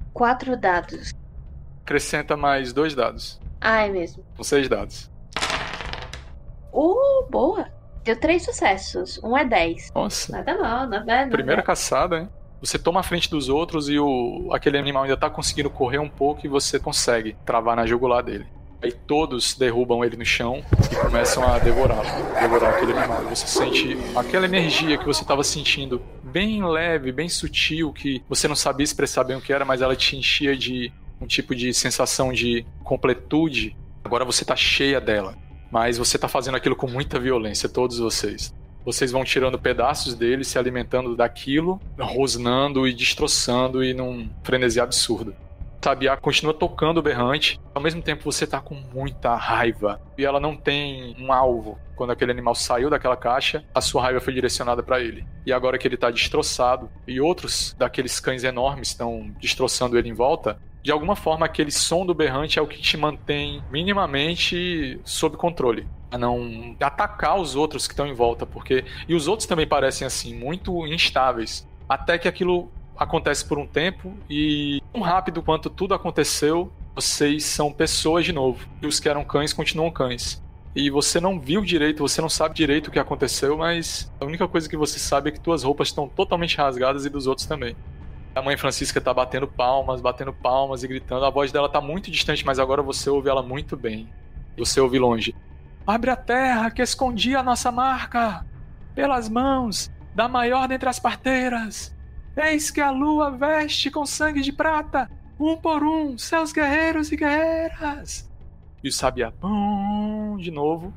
4 dados. Acrescenta mais 2 dados. Ah, é mesmo. Com 6 dados. Boa. Deu 3 sucessos. 1 é 10. Nossa. Nada mal, nada. Primeira caçada, hein? Você toma a frente dos outros e aquele animal ainda tá conseguindo correr um pouco e você consegue travar na jugular dele. Aí todos derrubam ele no chão e começam a devorar aquele animal. Você sente aquela energia que você estava sentindo bem leve, bem sutil, que você não sabia expressar bem o que era, mas ela te enchia de um tipo de sensação de completude. Agora você tá cheia dela, mas você tá fazendo aquilo com muita violência, todos vocês. Vocês vão tirando pedaços dele, se alimentando daquilo, rosnando e destroçando e num frenesi absurdo. Sabiá continua tocando o berrante, ao mesmo tempo você tá com muita raiva e ela não tem um alvo. Quando aquele animal saiu daquela caixa, a sua raiva foi direcionada para ele. E agora que ele tá destroçado e outros daqueles cães enormes estão destroçando ele em volta, de alguma forma aquele som do berrante é o que te mantém minimamente sob controle. A não atacar os outros que estão em volta, e os outros também parecem assim, muito instáveis. Até que aquilo acontece por um tempo e tão rápido quanto tudo aconteceu, vocês são pessoas de novo. E os que eram cães continuam cães. E você não viu direito, você não sabe direito o que aconteceu, mas a única coisa que você sabe é que tuas roupas estão totalmente rasgadas e dos outros também. A mãe Francisca tá batendo palmas e gritando. A voz dela tá muito distante, mas agora você ouve ela muito bem. Você ouve longe. Abre a terra que escondia a nossa marca. Pelas mãos da maior dentre as parteiras. Eis que a lua veste com sangue de prata, um por um, seus guerreiros e guerreiras. E o sabiá, de novo.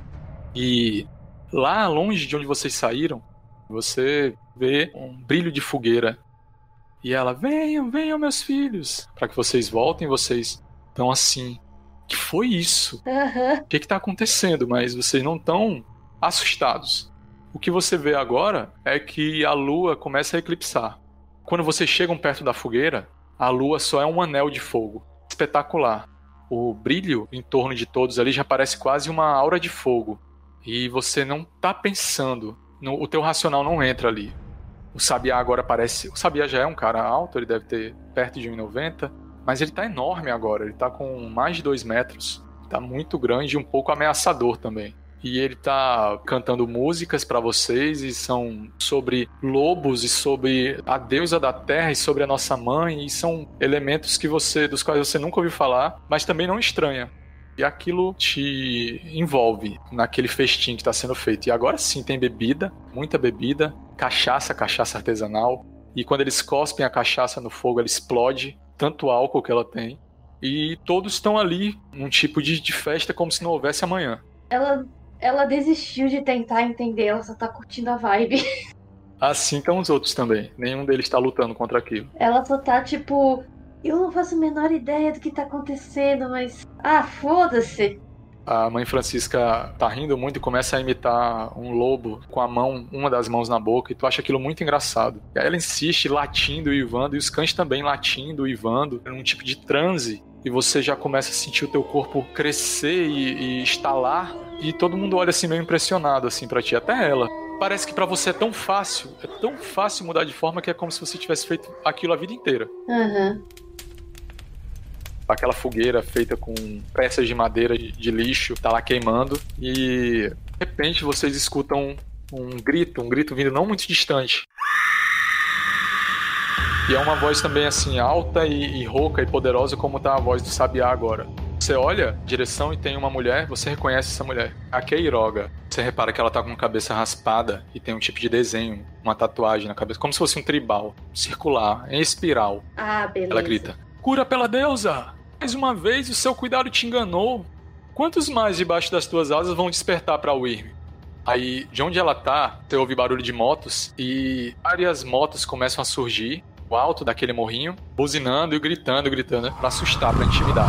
E lá longe de onde vocês saíram, você vê um brilho de fogueira. E ela, venham meus filhos. Para que vocês voltem, vocês estão assim. Que foi isso? O que tá acontecendo? Mas vocês não estão assustados. O que você vê agora é que a lua começa a eclipsar. Quando vocês chegam perto da fogueira, a lua só é um anel de fogo. Espetacular. O brilho em torno de todos ali já parece quase uma aura de fogo. E você não tá pensando. O teu racional não entra ali. O sabiá agora parece... O sabiá já é um cara alto, ele deve ter perto de 1,90. Mas ele tá enorme agora. Ele tá com mais de 2 metros. Tá muito grande e um pouco ameaçador também. E ele tá cantando músicas para vocês e são sobre lobos e sobre a deusa da terra e sobre a nossa mãe, e são elementos dos quais você nunca ouviu falar, mas também não estranha. E aquilo te envolve naquele festim que está sendo feito. E agora sim tem bebida, muita bebida, cachaça artesanal, e quando eles cospem a cachaça no fogo, ela explode, tanto álcool que ela tem, e todos estão ali num tipo de festa como se não houvesse amanhã. Ela desistiu de tentar entender, ela só tá curtindo a vibe. Assim estão os outros também. Nenhum deles tá lutando contra aquilo. Ela só tá tipo, eu não faço a menor ideia do que tá acontecendo, mas... foda-se. A mãe Francisca tá rindo muito e começa a imitar um lobo com a mão, uma das mãos na boca, e tu acha aquilo muito engraçado. E aí ela insiste latindo e uivando, e os cães também latindo e uivando, num tipo de transe, e você já começa a sentir o teu corpo crescer e estalar, e todo mundo olha assim meio impressionado assim pra ti, até ela. Parece que pra você é tão fácil mudar de forma que é como se você tivesse feito aquilo a vida inteira. Aquela fogueira feita com peças de madeira de lixo tá lá queimando, e de repente vocês escutam um grito vindo não muito distante. E é uma voz também assim alta e rouca e poderosa, como tá a voz do sabiá agora. Você olha a direção e tem uma mulher, você reconhece essa mulher, a Queiroga. Você repara que ela tá com a cabeça raspada e tem um tipo de desenho, uma tatuagem na cabeça, como se fosse um tribal, circular, em espiral. Beleza. Ela grita, cura pela deusa! Mais uma vez o seu cuidado te enganou. Quantos mais debaixo das tuas asas vão despertar pra Wyrm? Aí, de onde ela tá, você ouve barulho de motos e várias motos começam a surgir, o alto daquele morrinho, buzinando e gritando, pra assustar, pra intimidar.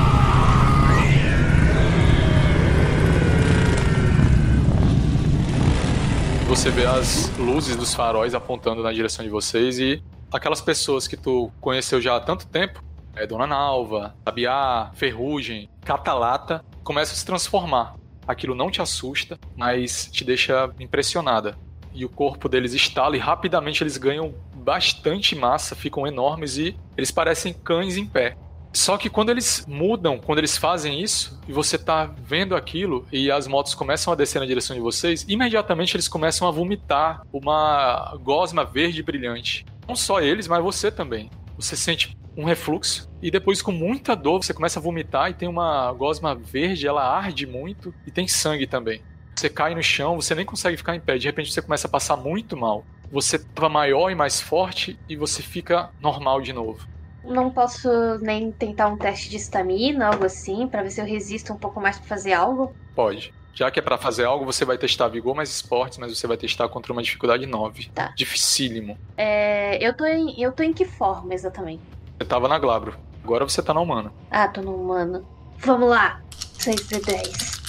Você vê as luzes dos faróis apontando na direção de vocês e aquelas pessoas que tu conheceu já há tanto tempo, Dona Nalva, Sabiá, Ferrugem, Catalata, começam a se transformar. Aquilo não te assusta, mas te deixa impressionada. E o corpo deles estala e rapidamente eles ganham bastante massa, ficam enormes e eles parecem cães em pé. Só que quando eles mudam, quando eles fazem isso, e você tá vendo aquilo, e as motos começam a descer na direção de vocês, imediatamente eles começam a vomitar uma gosma verde brilhante. Não só eles, mas você também. Você sente um refluxo, e depois com muita dor você começa a vomitar, e tem uma gosma verde, ela arde muito, e tem sangue também. Você cai no chão, você nem consegue ficar em pé, de repente você começa a passar muito mal. Você estava maior e mais forte, e você fica normal de novo. Não posso nem tentar um teste de estamina, algo assim, pra ver se eu resisto um pouco mais pra fazer algo? Pode. Já que é pra fazer algo, você vai testar vigor mais esportes, mas você vai testar contra uma dificuldade 9. Tá. Dificílimo. Eu tô em que forma, exatamente? Você tava na Glabro. Agora você tá na humana. Tô no humano. Vamos lá. 6d10.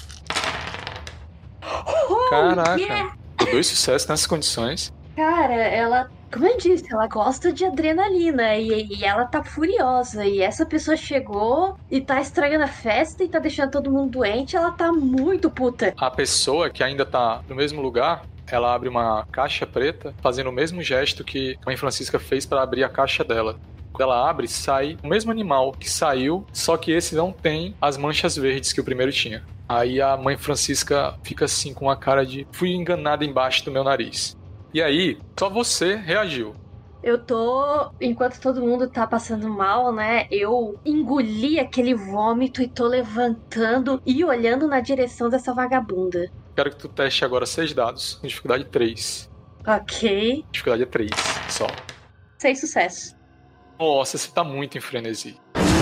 Caraca. Yeah! 2 sucessos nessas condições. Cara, ela... Como eu disse, ela gosta de adrenalina e ela tá furiosa. E essa pessoa chegou e tá estragando a festa e tá deixando todo mundo doente. Ela tá muito puta. A pessoa que ainda tá no mesmo lugar, ela abre uma caixa preta, fazendo o mesmo gesto que a mãe Francisca fez para abrir a caixa dela. Quando ela abre, sai o mesmo animal que saiu, só que esse não tem as manchas verdes que o primeiro tinha. Aí a mãe Francisca fica assim com a cara de fui enganada embaixo do meu nariz. E aí, só você reagiu. Enquanto todo mundo tá passando mal, né? Eu engoli aquele vômito e tô levantando e olhando na direção dessa vagabunda. Quero que tu teste agora 6 dados, com dificuldade 3. Ok. Dificuldade é 3, só. 6 sucessos. Nossa, você tá muito em frenesi.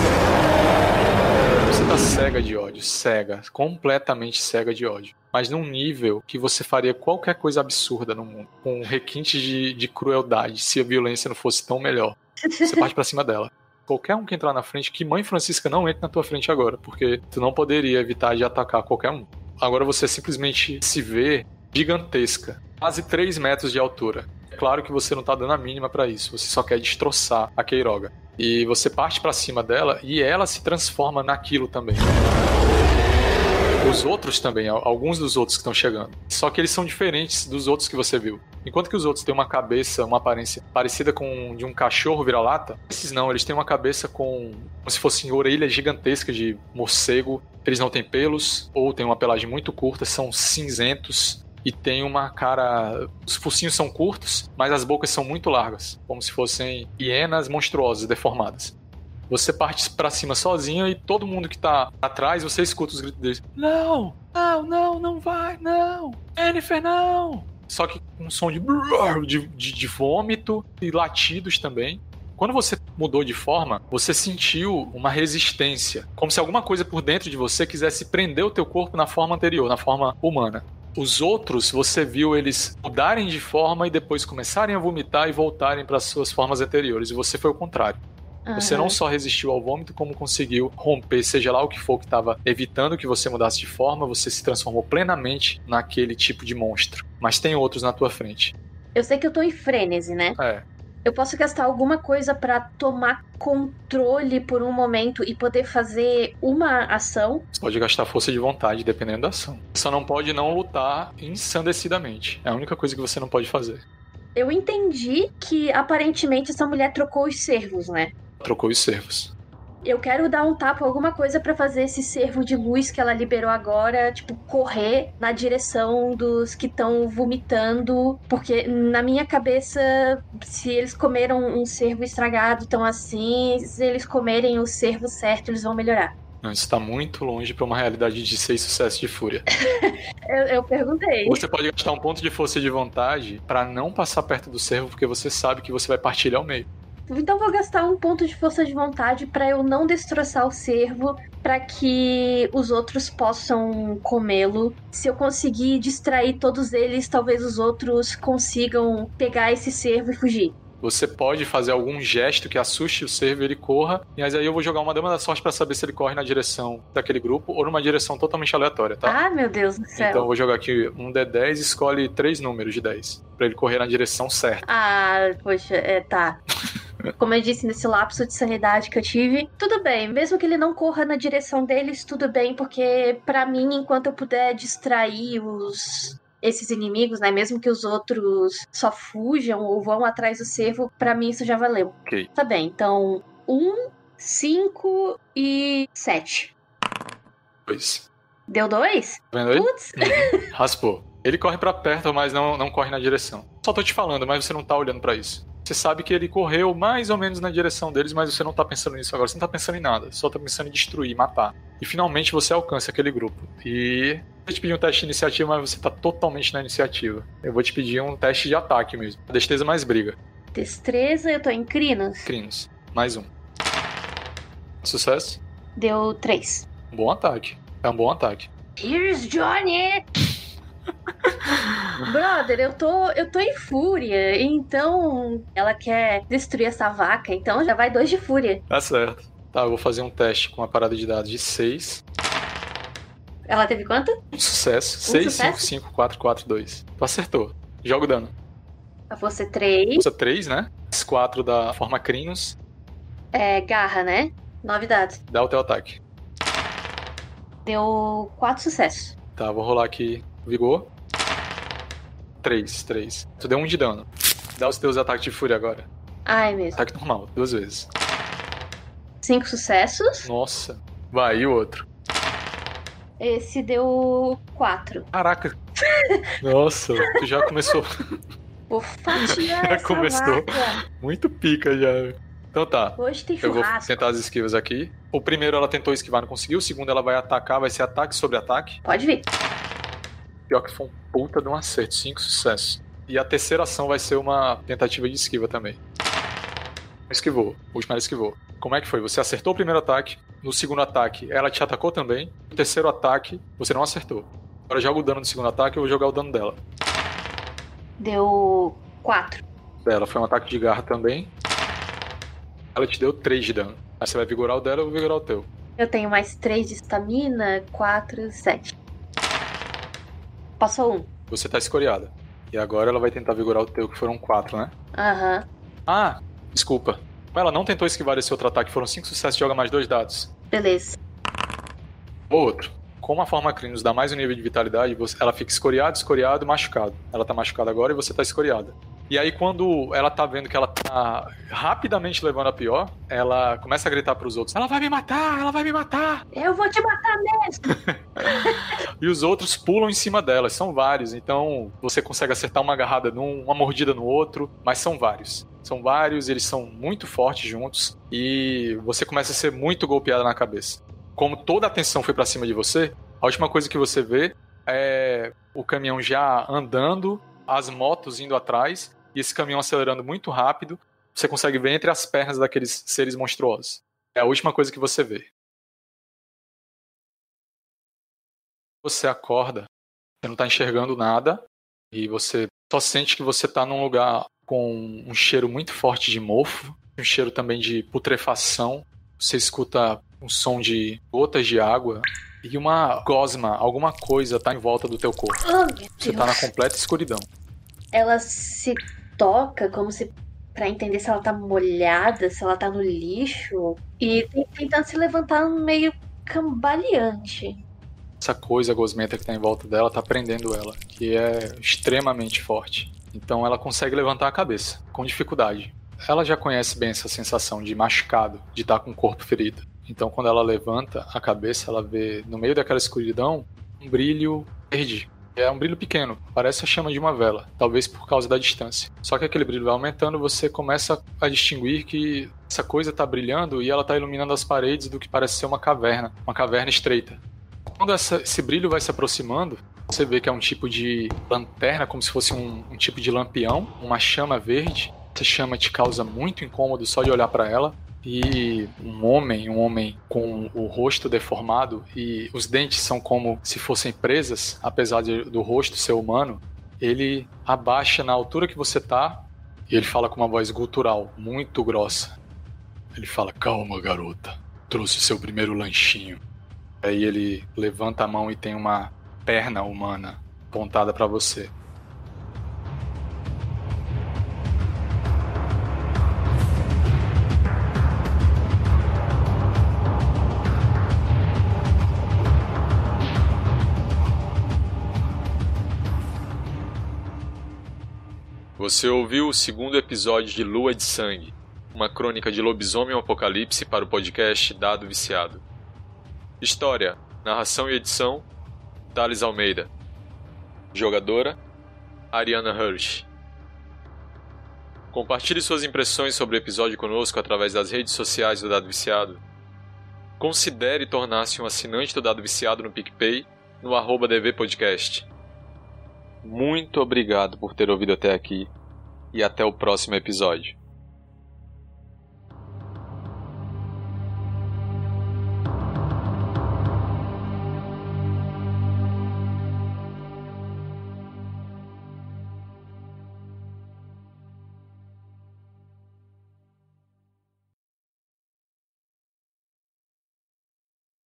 Você tá cega de ódio, completamente cega de ódio. Mas num nível que você faria qualquer coisa absurda no mundo, com requintes de crueldade, se a violência não fosse tão melhor. Você parte pra cima dela. Qualquer um que entrar na frente, que Mãe Francisca não entre na tua frente agora, porque tu não poderia evitar de atacar qualquer um. Agora você simplesmente se vê gigantesca, quase 3 metros de altura. É claro que você não tá dando a mínima pra isso, você só quer destroçar a Queiroga. E você parte pra cima dela e ela se transforma naquilo também. Os outros também, alguns dos outros que estão chegando. Só que eles são diferentes dos outros que você viu. Enquanto que os outros têm uma cabeça, uma aparência parecida com de um cachorro vira-lata, esses não, eles têm uma cabeça como se fossem orelhas gigantescas de morcego. Eles não têm pelos, ou têm uma pelagem muito curta, são cinzentos e tem uma cara... Os focinhos são curtos, mas as bocas são muito largas, como se fossem hienas monstruosas, deformadas. Você parte pra cima sozinho e todo mundo que tá atrás, você escuta os gritos deles. Não vai, não. Yennefer, não. Só que com um som de vômito e latidos também. Quando você mudou de forma, você sentiu uma resistência. Como se alguma coisa por dentro de você quisesse prender o teu corpo na forma anterior, na forma humana. Os outros, você viu eles mudarem de forma e depois começarem a vomitar e voltarem para as suas formas anteriores. E você foi o contrário. Você não só resistiu ao vômito, como conseguiu romper, seja lá o que for que estava evitando que você mudasse de forma, você se transformou plenamente naquele tipo de monstro. Mas tem outros na tua frente. Eu sei que eu tô em frenesi, né? É. Eu posso gastar alguma coisa pra tomar controle por um momento e poder fazer uma ação? Você pode gastar força de vontade, dependendo da ação. Só não pode não lutar ensandecidamente. É a única coisa que você não pode fazer. Eu entendi que aparentemente essa mulher trocou os servos, né? Trocou os servos. Eu quero dar um tapa, alguma coisa pra fazer esse servo de luz que ela liberou agora, tipo, correr na direção dos que estão vomitando, porque na minha cabeça, se eles comeram um servo estragado tão assim, se eles comerem o servo certo, eles vão melhorar. Não, isso tá muito longe pra uma realidade de 6 sucessos de fúria. eu perguntei. Você pode gastar um ponto de força de vontade pra não passar perto do servo, porque você sabe que você vai partir ele ao meio. Então vou gastar um ponto de força de vontade pra eu não destroçar o cervo, pra que os outros possam comê-lo. Se eu conseguir distrair todos eles, talvez os outros consigam pegar esse cervo e fugir. Você pode fazer algum gesto que assuste o servo e ele corra, mas aí eu vou jogar uma dama da sorte pra saber se ele corre na direção daquele grupo ou numa direção totalmente aleatória, tá? Ah, meu Deus do céu. Então eu vou jogar aqui um D10 e escolhe 3 números de 10, pra ele correr na direção certa. Ah, poxa, tá. Como eu disse, nesse lapso de sanidade que eu tive, tudo bem. Mesmo que ele não corra na direção deles, tudo bem, porque pra mim, enquanto eu puder distrair esses inimigos, né, mesmo que os outros só fujam ou vão atrás do cervo, pra mim isso já valeu. Ok. Tá bem, então 1, 5 e 7. 2. Deu 2? Tá vendo aí? Putz. Raspou. Ele corre pra perto, mas não corre na direção. Só tô te falando, mas você não tá olhando pra isso. Você sabe que ele correu mais ou menos na direção deles, mas você não tá pensando nisso agora. Você não tá pensando em nada. Só tá pensando em destruir, matar. E finalmente você alcança aquele grupo. E eu te pedi um teste de iniciativa, mas você tá totalmente na iniciativa. Eu vou te pedir um teste de ataque mesmo. Destreza mais briga. Destreza, eu tô em crinos. Crinos. Mais um. Sucesso? Deu 3. Um bom ataque. É um bom ataque. Here's Johnny! Brother, eu tô em fúria, então ela quer destruir essa vaca, então já vai 2 de fúria. Tá certo. Tá, eu vou fazer um teste com uma parada de dados de 6. Ela teve quanto? Um sucesso. Um 6, sucesso? 5, 5, 4, 4, 2. Tu acertou. Joga o dano. A força 3. Usa 3, né? 4 da forma Crinos. É garra, né? 9 dados. Dá o teu ataque. Deu 4 sucessos. Tá, vou rolar aqui. Vigor. 3. Tu deu 1 de dano. Dá os teus ataques de fúria agora. Ai, mesmo. Ataque normal, 2 vezes. 5 sucessos. Nossa. Vai, e o outro? Esse deu 4. Caraca. Nossa, tu já começou. Vou fatiar Já essa começou. vaca. Muito pica já. Então tá. Hoje tem Eu vou churrasco. tentar as esquivas aqui. O primeiro ela tentou esquivar, não conseguiu. O segundo ela vai atacar, vai ser ataque sobre ataque. Pode vir. Pior que foi um puta de um acerto, 5 sucessos. E a terceira ação vai ser uma tentativa de esquiva também. Esquivou. O último ela esquivou. Como é que foi? Você acertou o primeiro ataque. No segundo ataque, ela te atacou também. No terceiro ataque, você não acertou. Agora joga o dano no segundo ataque, eu vou jogar o dano dela. Deu 4. Dela foi um ataque de garra também. Ela te deu 3 de dano. Aí você vai vigorar o dela, eu vou vigorar o teu. Eu tenho mais 3 de estamina, 4, 7. Passou 1. Você tá escoriada. E agora ela vai tentar vigorar o teu, que foram 4, né? Aham. Ah, desculpa. Como ela não tentou esquivar esse outro ataque, foram 5 sucessos, joga mais 2 dados. Beleza. Outro. Como a forma Crinos dá mais um nível de vitalidade, ela fica escoriado, machucado. Ela tá machucada agora e você tá escoriada. E aí quando ela tá vendo que ela tá rapidamente levando a pior, ela começa a gritar pros outros: ela vai me matar, ela vai me matar! Eu vou te matar mesmo! E os outros pulam em cima delas, são vários. Então você consegue acertar uma agarrada num, uma mordida no outro, mas são vários. São vários, eles são muito fortes juntos e você começa a ser muito golpeada na cabeça. Como toda a atenção foi pra cima de você, a última coisa que você vê é o caminhão já andando, as motos indo atrás e esse caminhão acelerando muito rápido. Você consegue ver entre as pernas daqueles seres monstruosos. É a última coisa que você vê. Você acorda, você não tá enxergando nada e você só sente que você tá num lugar com um cheiro muito forte de mofo, um cheiro também de putrefação. Você escuta um som de gotas de água e uma gosma, alguma coisa tá em volta do teu corpo. Oh, meu Você Deus. tá na completa escuridão. Ela se toca como se pra entender se ela tá molhada, se ela tá no lixo. E tentando se levantar meio cambaleante. Essa coisa gosmenta que tá em volta dela tá prendendo ela, que é extremamente forte. Então ela consegue levantar a cabeça, com dificuldade. Ela já conhece bem essa sensação de machucado, de estar com o corpo ferido. Então quando ela levanta a cabeça, ela vê no meio daquela escuridão um brilho verde. É um brilho pequeno, parece a chama de uma vela, talvez por causa da distância. Só que aquele brilho vai aumentando, você começa a distinguir que essa coisa tá brilhando e ela tá iluminando as paredes do que parece ser uma caverna estreita. Quando esse brilho vai se aproximando, você vê que é um tipo de lanterna, como se fosse um tipo de lampião, uma chama verde. Essa chama te causa muito incômodo só de olhar para ela. E um homem com o rosto deformado e os dentes são como se fossem presas, apesar do rosto ser humano, ele abaixa na altura que você tá e ele fala com uma voz gutural, muito grossa. Ele fala: calma, garota, trouxe seu primeiro lanchinho. Aí ele levanta a mão e tem uma perna humana apontada para você. Você ouviu o segundo episódio de Lua de Sangue, uma crônica de lobisomem e apocalipse para o podcast Dado Viciado. História, narração e edição, Thales Almeida. Jogadora, Ariana Hirsch. Compartilhe suas impressões sobre o episódio conosco através das redes sociais do Dado Viciado. Considere tornar-se um assinante do Dado Viciado no PicPay, no @DVPodcast. Muito obrigado por ter ouvido até aqui e até o próximo episódio.